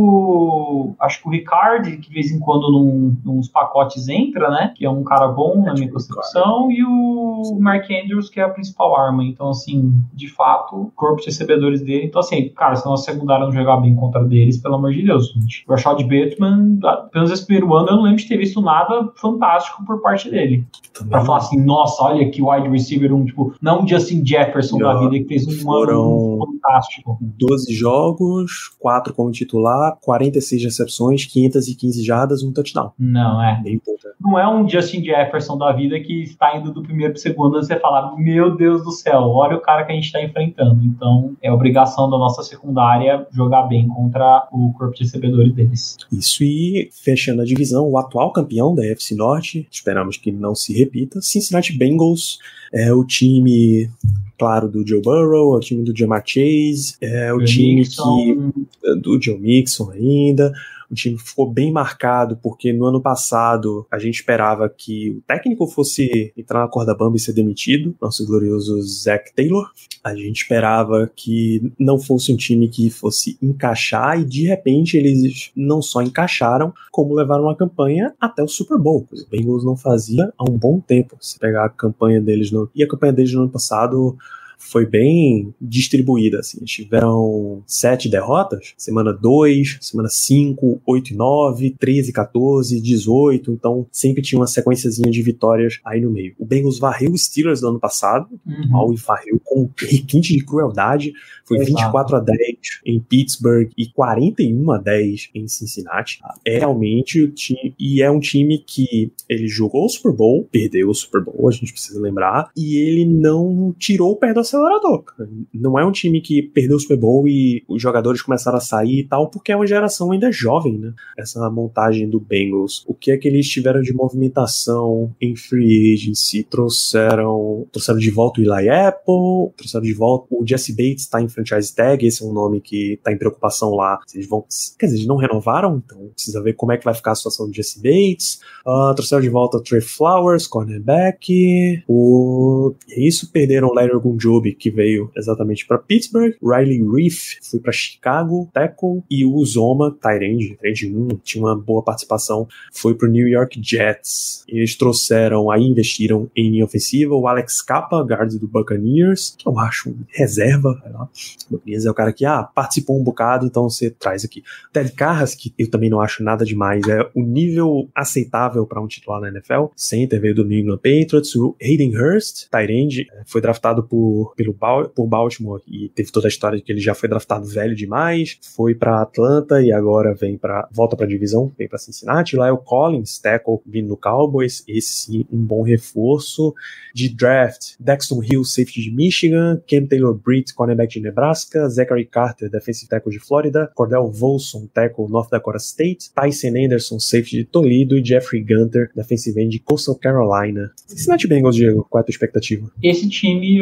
o... Acho que o Ricard, que de vez em quando num, nos pacotes entra, né? Que é um cara bom é na minha concepção. E o Mark Andrews, que é a principal arma. Então, assim, de fato, corpo de recebedores dele. Então, assim, cara, se a nossa secundária não jogar bem contra deles, pelo amor de Deus, gente. O Rashad Bateman, pelo menos esse primeiro ano, eu não lembro de ter visto nada fantástico por parte dele. Também pra falar assim, nossa, olha que wide receiver, um tipo, não Justin Jefferson da vida, que fez um ano fantástico. doze jogos, quatro como titular, quarenta e seis recepções, quinhentas e quinze jardas, um touchdown. Não, é. Bem importante. Não é um Justin Jefferson da vida que está indo do primeiro pro segundo e você fala, meu Deus do céu, olha o cara que a gente está enfrentando. Então, é obrigação da nossa secundária jogar bem contra o corpo de recebedores deles. Isso, e fechando a divisão, o atual campeão da A F C Norte, esperamos que não se repita, Cincinnati Bengals, é o time, claro, do Joe Burrow, é o time do Jamar Chase, é o Joe time Mixon. que do Joe Mixon ainda. O time ficou bem marcado porque no ano passado a gente esperava que o técnico fosse entrar na corda bamba e ser demitido, nosso glorioso Zach Taylor. A gente esperava que não fosse um time que fosse encaixar e de repente eles não só encaixaram, como levaram a campanha até o Super Bowl. Os Bengals não fazia há um bom tempo. Se pegar a campanha deles no... E a campanha deles no ano passado foi bem distribuída, assim. Eles tiveram sete derrotas, semana dois, semana cinco, oito e nove, treze, quatorze, dezoito, então sempre tinha uma sequenciazinha de vitórias aí no meio. O Bengals varreu os Steelers no ano passado, Uhum. mal e varreu com requinte de crueldade, foi Exato. vinte e quatro a dez em Pittsburgh e quarenta e um a dez em Cincinnati. É realmente o time, e é um time que ele jogou o Super Bowl, perdeu o Super Bowl, a gente precisa lembrar, e ele não tirou o pé do acelerador. Não é um time que perdeu o Super Bowl e os jogadores começaram a sair e tal, porque é uma geração ainda jovem, né? Essa montagem do Bengals. O que é que eles tiveram de movimentação em free agency? Trouxeram, trouxeram de volta o Eli Apple, trouxeram de volta o Jesse Bates, tá em franchise tag, esse é um nome que tá em preocupação lá. Eles vão, quer dizer, eles não renovaram, então precisa ver como é que vai ficar a situação do Jesse Bates. Uh, trouxeram de volta o Trey Flowers, cornerback. O... E é isso, perderam o Larry Ogunjobi, que veio exatamente para Pittsburgh. Riley Reef foi para Chicago, tackle. E o Uzoma, tight end, tight end um, tinha uma boa participação, foi pro New York Jets. Eles trouxeram, aí investiram em linha ofensiva, o Alex Capa, guard do Buccaneers, que eu acho um reserva. O Buccaneers é o cara que ah, participou um bocado, então você traz aqui. Ted Carras, que eu também não acho nada demais, é o nível aceitável para um titular na N F L. Center veio do New England Patriots. O Hayden Hurst, tight end, foi draftado por, pelo, por Baltimore e teve toda a história de que ele já foi draftado velho demais, foi para Atlanta e agora vem para volta para a divisão, vem para Cincinnati. Lá é o Collins, tackle, vindo no Cowboys, esse sim, um bom reforço. De draft, Daxton Hill, safety de Michigan, Cam Taylor-Britt, cornerback de Nebraska, Zachary Carter, defensive tackle de Flórida, Cordell Volson, tackle North Dakota State, Tyson Anderson, safety de Toledo e Jeffrey Gunter, defensive end de Coastal Carolina. Cincinnati Bengals, Diego, qual é a tua expectativa? Esse time eu realmente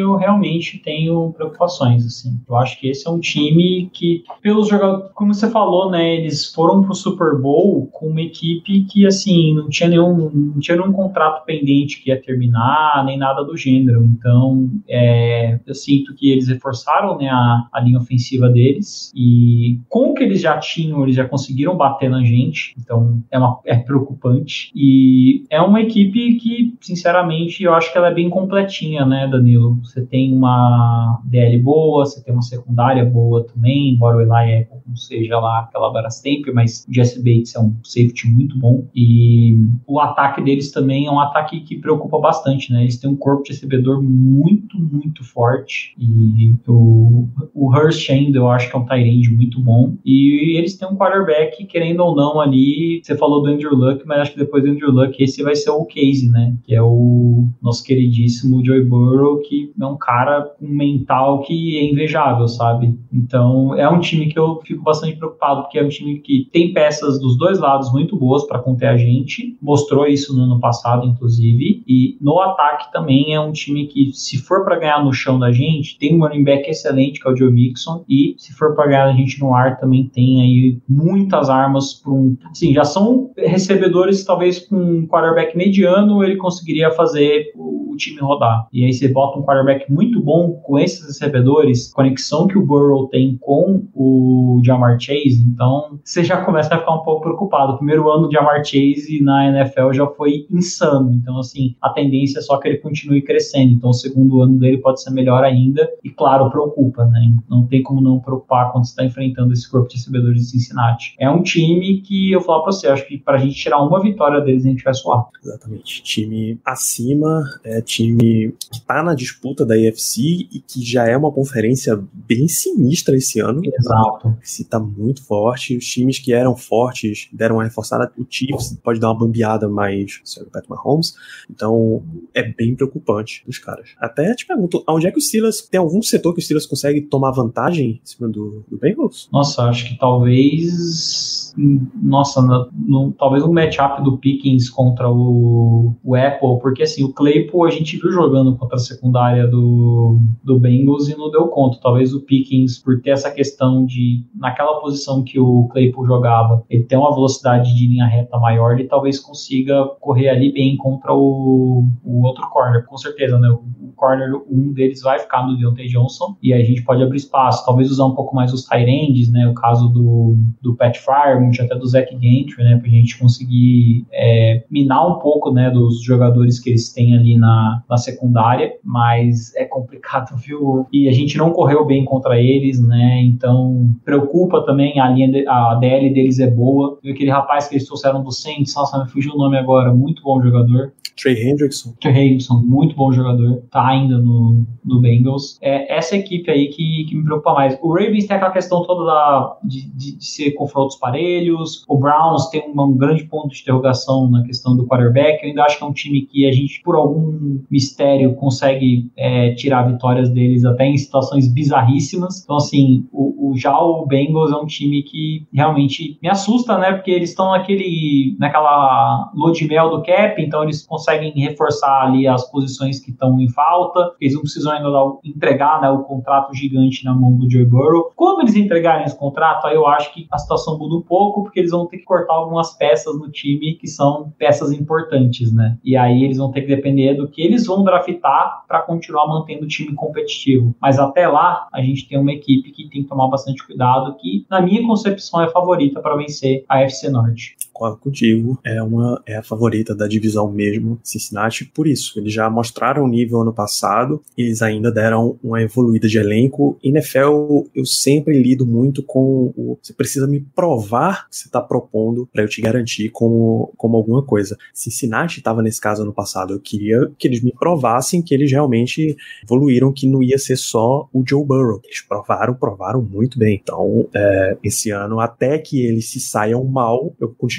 realmente tenho preocupações, assim. Eu acho que esse é um time que, pelos jogadores, como você falou, né, eles foram pro Super Bowl com uma equipe que, assim, não tinha nenhum, não tinha nenhum contrato pendente que ia terminar, nem nada do gênero. Então, é, eu sinto que eles reforçaram, né, a, a linha ofensiva deles, e com o que eles já tinham, eles já conseguiram bater na gente. Então, é, uma, é preocupante. E é uma equipe que, sinceramente, eu acho que ela é bem completinha, né, Danilo? Você tem uma D L boa, você tem uma secundária boa também, embora o Eli não seja lá aquela Barastemp, mas o Jesse Bates é um safety muito bom. E o ataque deles também é um ataque que preocupa bastante, né? Eles têm um corpo de recebedor muito, muito forte. E o, o Hurst ainda eu acho que é um tight end muito bom. E eles têm um quarterback, querendo ou não, ali. Você falou do Andrew Luck, mas acho que depois do Andrew Luck, esse vai ser o Casey, né? Que é o nosso queridíssimo Joe Burrow, que é um cara com um mental que é invejável, sabe? Então, é um time que eu fico bastante preocupado, porque é um time que tem peças dos dois lados muito boas para conter a gente, mostrou isso no ano passado, inclusive, e no ataque também é um time que, se for para ganhar no chão da gente, tem um running back excelente, que é o Joe Mixon, e se for para ganhar a gente no ar, também tem aí muitas armas para um... Assim, já são recebedores, talvez com um quarterback mediano, ele conseguiria fazer o, o time rodar. E aí você bota um quarterback muito bom com esses recebedores, conexão que o Burrow tem com o Ja'Marr Chase, então você já começa a ficar um pouco preocupado. O primeiro ano do Ja'Marr Chase na N F L já foi insano, então assim, a tendência é só que ele continue crescendo, então o segundo ano dele pode ser melhor ainda, e claro, preocupa, né? Não tem como não preocupar quando você está enfrentando esse corpo de recebedores de Cincinnati. É um time que, eu falo pra você, acho que pra gente tirar uma vitória deles, a gente vai suar. Exatamente. Time acima, é time que tá na disputa da A F C e que já é uma conferência bem sinistra esse ano. Exato. A A F C tá muito forte. Os times que eram fortes deram uma reforçada. O Chiefs pode dar uma bambeada, mas o Pat Mahomes. Então, é bem preocupante dos caras. Até te pergunto, aonde é que os Steelers, tem algum setor que os Steelers conseguem tomar vantagem em cima do, do Bengals? Nossa, acho que talvez... Nossa, no, no, talvez um matchup do Pickens contra o, o Apple, porque assim, o Claypool a gente viu jogando contra a secundária do, do Bengals e não deu conta. Talvez o Pickens, por ter essa questão de, naquela posição que o Claypool jogava, ele tem uma velocidade de linha reta maior, ele talvez consiga correr ali bem contra o, o outro corner, com certeza, né? O, o corner, um deles vai ficar no Deontay Johnson, e aí a gente pode abrir espaço, talvez usar um pouco mais os tight ends, né? O caso do, do Pat Freiermuth, até do Zach Gentry, né? Pra gente conseguir é, minar um pouco, né, dos jogadores que eles têm ali na, na secundária, mas é complicado, viu? E a gente não correu bem contra eles, né? Então preocupa também, a linha de, a D L deles é boa. E aquele rapaz que eles trouxeram do Saints, nossa, me fugiu o nome agora, muito bom jogador. Trey Hendrickson. Trey Hendrickson, muito bom jogador, tá ainda no, no Bengals. É essa equipe aí que, que me preocupa mais. O Ravens tem aquela questão toda da, de, de, de ser confrontos parelhos, o Browns tem um, um grande ponto de interrogação na questão do quarterback. Eu ainda acho que é um time que a gente, por algum mistério, consegue é, tirar vitórias deles até em situações bizarríssimas. Então, assim, o, o, já o Bengals é um time que realmente me assusta, né? Porque eles estão naquele, naquela lua de mel do cap, então eles conseguem reforçar ali as posições que estão em falta. Eles não precisam ainda dar, entregar, né, o contrato gigante na mão do Joe Burrow. Quando eles entregarem esse contrato, aí eu acho que a situação muda um pouco, porque eles vão ter que cortar algumas peças no time que são peças importantes, né? E aí eles vão ter que depender do que eles vão draftar para continuar mantendo o time competitivo. Mas até lá, a gente tem uma equipe que tem que tomar bastante cuidado, que na minha concepção é a favorita para vencer a A F C Norte. Concordo contigo, é, uma, é a favorita da divisão mesmo, Cincinnati, por isso. Eles já mostraram o nível ano passado, eles ainda deram uma evoluída de elenco. N F L, eu sempre lido muito com o... Você precisa me provar o que você está propondo para eu te garantir como, como alguma coisa. Cincinnati estava nesse caso ano passado, eu queria que eles me provassem que eles realmente evoluíram, que não ia ser só o Joe Burrow. Eles provaram, provaram muito bem. Então, é, esse ano, até que eles se saiam mal, eu continuo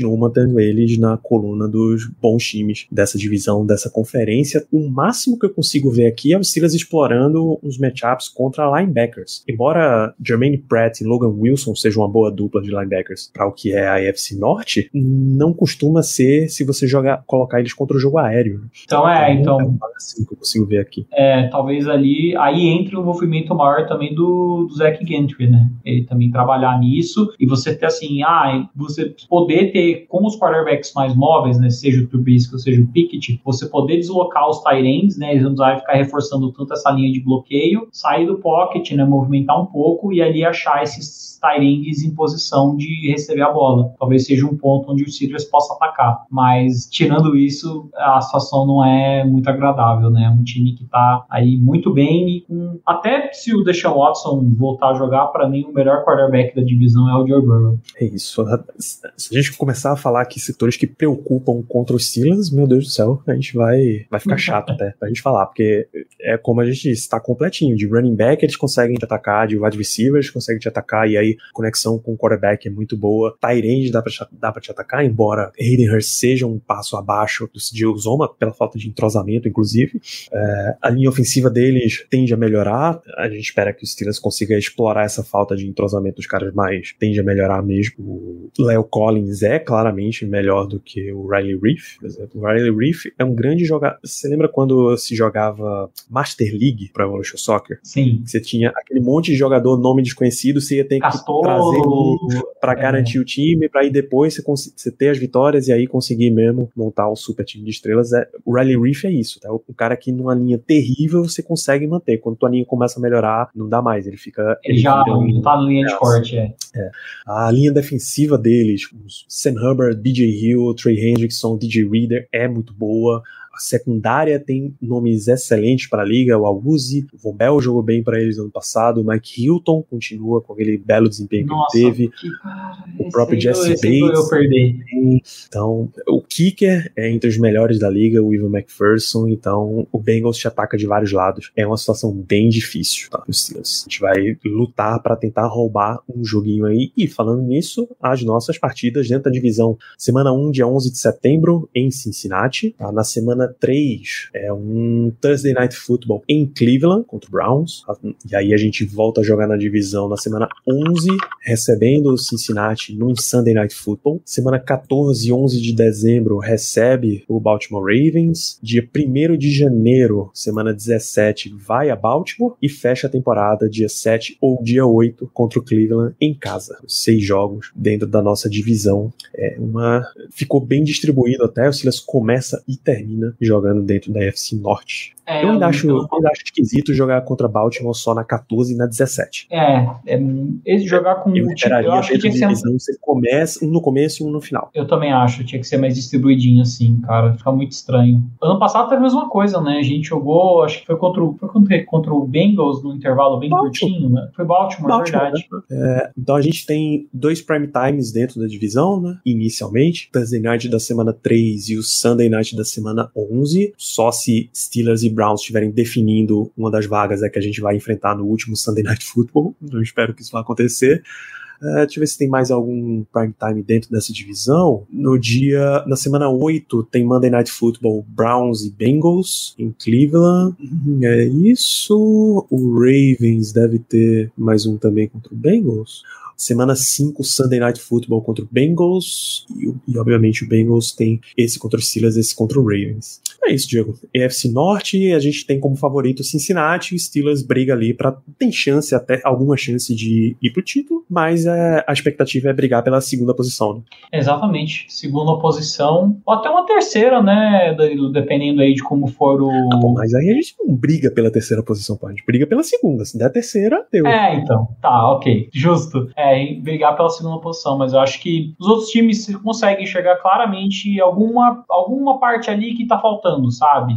continuo mantendo eles na coluna dos bons times dessa divisão, dessa conferência. O máximo que eu consigo ver aqui é os Steelers explorando uns matchups contra linebackers. Embora Jermaine Pratt e Logan Wilson sejam uma boa dupla de linebackers para o que é a A F C Norte, não costuma ser se você jogar, colocar eles contra o jogo aéreo. Então é, então... É o máximo que eu consigo ver aqui. É, talvez ali, aí entre um movimento maior também do, do Zach Gentry, né? Ele também trabalhar nisso e você ter assim, ah, você poder ter, com os quarterbacks mais móveis, né, seja o Trubisky ou seja o Pickett, você poder deslocar os tight ends, né, eles não precisam ficar reforçando tanto essa linha de bloqueio, sair do pocket, né, movimentar um pouco e ali achar esses tight ends em posição de receber a bola. Talvez seja um ponto onde o Steelers possa atacar, mas tirando isso, a situação não é muito agradável, né, é um time que tá aí muito bem e com, até se o Deshaun Watson voltar a jogar, para mim o melhor quarterback da divisão é o Joe Burrow. É isso. Se a gente começar a falar aqui setores que preocupam contra os Steelers, meu Deus do céu, a gente vai, vai ficar chato até pra gente falar, porque é como a gente disse, tá completinho. De running back eles conseguem te atacar, de wide receiver eles conseguem te atacar, e aí a conexão com o quarterback é muito boa. Tight end dá pra, dá pra te atacar, embora Hayden Hurst seja um passo abaixo do C J Uzomah, pela falta de entrosamento, inclusive. É, a linha ofensiva deles tende a melhorar, a gente espera que os Steelers consigam explorar essa falta de entrosamento dos caras, mas tende a melhorar mesmo. O Leo Collins é claramente melhor do que o Riley Reiff, por exemplo. O Riley Reiff é um grande jogador. Você lembra quando se jogava Master League para Evolution Soccer? Sim. Você tinha aquele monte de jogador, nome desconhecido, você ia ter Castor, que trazer um para é. garantir o time, para aí depois você, cons- você ter as vitórias e aí conseguir mesmo montar o super time de estrelas. É, o Riley Reiff é isso, tá? O, o cara que numa linha terrível você consegue manter. Quando tua linha começa a melhorar, não dá mais. Ele fica... Ele, ele já um, tá na linha de é, corte, é. é. A linha defensiva deles, Sam Hubbard, B J Hill, Trey Hendrickson, D J Reader, é muito boa. A secundária tem nomes excelentes para a liga, o Awuzie, o Von Bell jogou bem para eles no ano passado, o Mike Hilton continua com aquele belo desempenho Nossa, que ele teve, que cara, o próprio Jesse eu, Bates. Eu perdi. Então, o kicker é entre os melhores da liga, o Ivan McPherson, então o Bengals te ataca de vários lados. É uma situação bem difícil, tá? A gente vai lutar para tentar roubar um joguinho aí. E falando nisso, as nossas partidas dentro da divisão. Semana um, dia onze de setembro, em Cincinnati. Tá? Na semana três, é um Thursday Night Football em Cleveland, contra o Browns. E aí a gente volta a jogar na divisão na semana onze, recebendo o Cincinnati num Sunday Night Football. Semana quatorze e onze de dezembro, recebe o Baltimore Ravens. Dia primeiro de janeiro, semana dezessete, vai a Baltimore e fecha a temporada dia sete ou dia oito contra o Cleveland em casa. Seis jogos dentro da nossa divisão. É uma... Ficou bem distribuído até, o Steelers começa e termina jogando dentro da A F C Norte. É, eu ainda eu, acho, eu... eu ainda acho esquisito jogar contra Baltimore só na quatorze e na dezessete. É, é esse jogar com eu o time, eu acho que tinha que ser divisão, você começa um no começo e um no final. Eu também acho, tinha que ser mais distribuidinho assim, cara, fica muito estranho. Ano passado teve a mesma coisa, né? A gente jogou, acho que foi contra o, foi contra, contra o Bengals no intervalo bem Baltimore. curtinho, né? Foi Baltimore, Baltimore verdade. Né? É, então a gente tem dois prime times dentro da divisão, né? Inicialmente, Thursday Night da semana três e o Sunday Night da semana onze. Só se Steelers e Browns estiverem definindo uma das vagas é que a gente vai enfrentar no último Sunday Night Football. Eu espero que isso vá acontecer. Uh, deixa eu ver se tem mais algum prime time dentro dessa divisão. No dia, na semana oito, tem Monday Night Football, Browns e Bengals em Cleveland. É isso. O Ravens deve ter mais um também contra o Bengals. Semana cinco, Sunday Night Football contra o Bengals. E, e obviamente o Bengals tem esse contra os Steelers, esse contra o Ravens. É isso, Diego. A F C Norte, a gente tem como favorito Cincinnati. Steelers briga ali para tem chance, até alguma chance de ir pro título, mas é, a expectativa é brigar pela segunda posição. Né? Exatamente. Segunda posição, ou até uma terceira, né, Danilo, dependendo aí de como for o... Ah, bom, mas aí a gente não briga pela terceira posição, pô. A gente briga pela segunda. Se der a terceira, deu. É, então. Tá, ok. Justo. É, brigar pela segunda posição, mas eu acho que os outros times conseguem enxergar claramente alguma, alguma parte ali que tá faltando, sabe?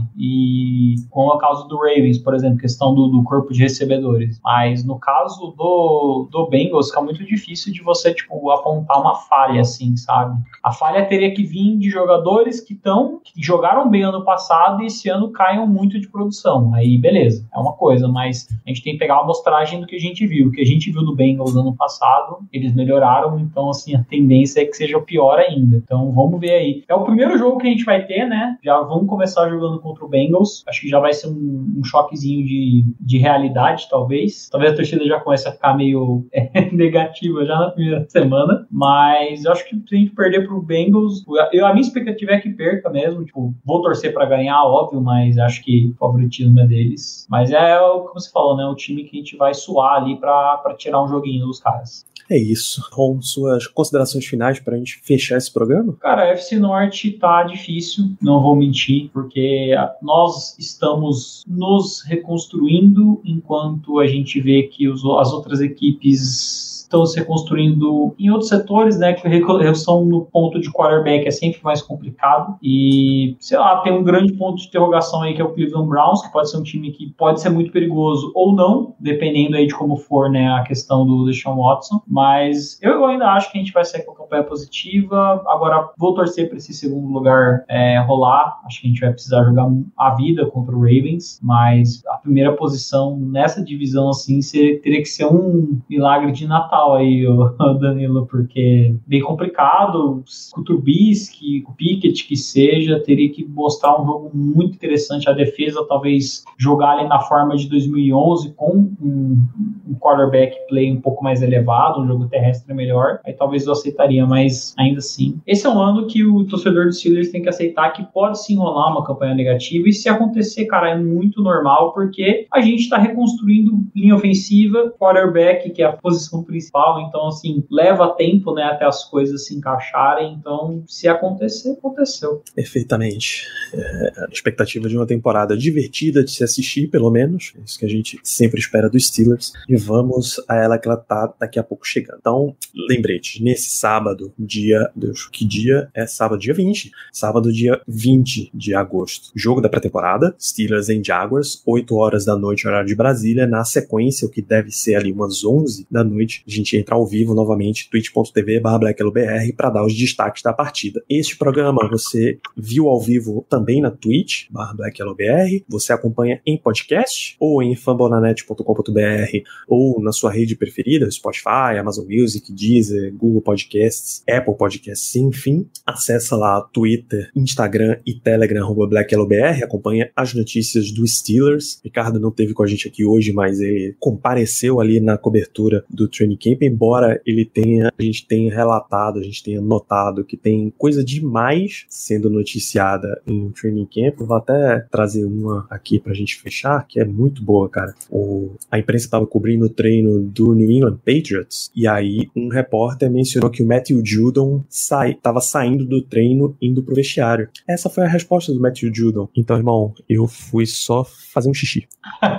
E com o caso do Ravens, por exemplo, questão do, do corpo de recebedores. Mas no caso do, do Bengals, fica muito difícil de você, tipo, apontar uma falha, assim, sabe? A falha teria que vir de jogadores que estão, que jogaram bem ano passado e esse ano caiam muito de produção. Aí, beleza, é uma coisa, mas a gente tem que pegar uma amostragem do que a gente viu. O que a gente viu do Bengals ano passado passado, eles melhoraram, então assim, a tendência é que seja pior ainda. Então vamos ver aí. É o primeiro jogo que a gente vai ter, né? Já vamos começar jogando contra o Bengals. Acho que já vai ser um, um choquezinho de, de realidade, talvez. Talvez a torcida já comece a ficar meio é, negativa já na primeira semana, mas eu acho que se a gente perder pro Bengals, eu, a minha expectativa é que perca mesmo, tipo, vou torcer pra ganhar, óbvio, mas acho que o favoritismo é deles. Mas é o que você falou, né? O time que a gente vai suar ali pra, pra tirar um joguinho dos caras. É isso. Com suas considerações finais pra gente fechar esse programa? Cara, a F C Norte tá difícil, não vou mentir, porque nós estamos nos reconstruindo enquanto a gente vê que os, as outras equipes estão se reconstruindo em outros setores, né, que a reconstrução no ponto de quarterback é sempre mais complicado e, sei lá, tem um grande ponto de interrogação aí que é o Cleveland Browns, que pode ser um time que pode ser muito perigoso ou não, dependendo aí de como for, né, a questão do Deshaun Watson, mas eu ainda acho que a gente vai sair com a campanha positiva. Agora vou torcer para esse segundo lugar é, rolar, acho que a gente vai precisar jogar a vida contra o Ravens, mas a primeira posição nessa divisão, assim, teria que ser um milagre de Natal aí, o Danilo, porque bem complicado, com o Trubisky, com o Pickett, que seja, teria que mostrar um jogo muito interessante, a defesa talvez jogar ali na forma de dois mil e onze com um, um quarterback play um pouco mais elevado, um jogo terrestre melhor, aí talvez eu aceitaria, mas ainda assim, esse é um ano que o torcedor dos Steelers tem que aceitar que pode sim rolar uma campanha negativa, e se acontecer, cara, é muito normal, porque a gente está reconstruindo linha ofensiva, quarterback, que é a posição principal, então assim, leva tempo, né, até as coisas se encaixarem, então se acontecer, aconteceu. Perfeitamente. É a expectativa de uma temporada divertida de se assistir, pelo menos, é isso que a gente sempre espera dos Steelers, e vamos a ela que ela tá daqui a pouco chegando. Então, lembrete, nesse sábado, dia, Deus, que dia? É sábado, dia vinte, sábado, dia vinte de agosto, jogo da pré-temporada, Steelers em Jaguars, oito horas da noite, horário de Brasília, na sequência, o que deve ser ali umas onze da noite, a gente entra ao vivo novamente, twitch ponto tv barra black l b r, para dar os destaques da partida. Este programa você viu ao vivo também na Twitch barra black l b r, você acompanha em podcast ou em fambonanet ponto com ponto b r ou na sua rede preferida, Spotify, Amazon Music, Deezer, Google Podcasts, Apple Podcasts, enfim, acessa lá Twitter, Instagram e Telegram arroba black l b r, acompanha as notícias do Steelers. Ricardo não esteve com a gente aqui hoje, mas ele compareceu ali na cobertura do training camp, embora ele tenha, a gente tenha relatado, a gente tenha notado que tem coisa demais sendo noticiada em training camp. Vou até trazer uma aqui pra gente fechar, que é muito boa, cara. O, a imprensa estava cobrindo o treino do New England Patriots, e aí um repórter mencionou que o Matthew Judon estava sai, saindo do treino, indo pro vestiário. Essa foi a resposta do Matthew Judon. Então, irmão, eu fui só fazer um xixi.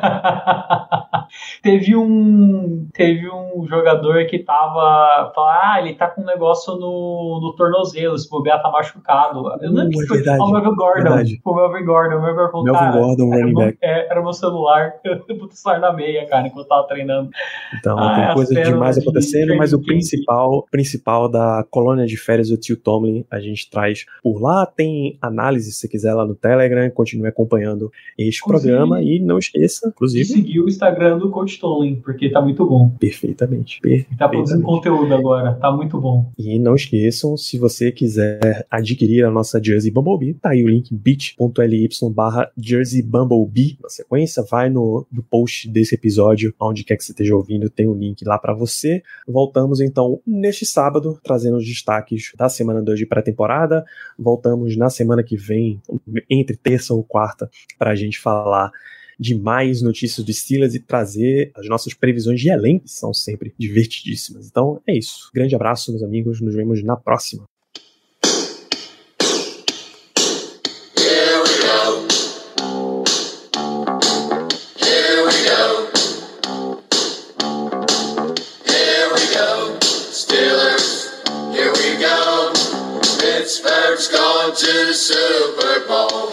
teve um teve um jogador que tava falando, ah, ele tá com um negócio no, no tornozelo, se bobear tá machucado. Eu não lembro uh, que foi verdade, o Melvin Gordon. verdade. O Melvin Gordon. O Melvin Gordon, Melvin cara, Gordon, era, running back. É, era meu celular. Eu puto celular na meia, cara, enquanto eu tava treinando. Então, ah, tem coisa demais de acontecendo, mas o principal, principal da colônia de férias do tio Tomlin, a gente traz por lá. Tem análise, se você quiser, lá no Telegram. Continue acompanhando este inclusive, programa e não esqueça, inclusive, de seguir o Instagram do Coach Tomlin, porque tá muito bom. Perfeitamente. perfeitamente. Tá produzindo conteúdo agora, tá muito bom. E não esqueçam, se você quiser adquirir a nossa Jersey Bumblebee, tá aí o link bit.ly barra Jersey Bumblebee. Na sequência, vai no, no post desse episódio, onde quer que você esteja ouvindo, tem um link lá para você. Voltamos então neste sábado, trazendo os destaques da semana dois de pré-temporada. Voltamos na semana que vem, entre terça ou quarta, pra gente falar de mais notícias do Steelers e trazer as nossas previsões de elenco, que são sempre divertidíssimas. Então é isso. Grande abraço, meus amigos. Nos vemos na próxima. Pittsburgh's going to the Super Bowl.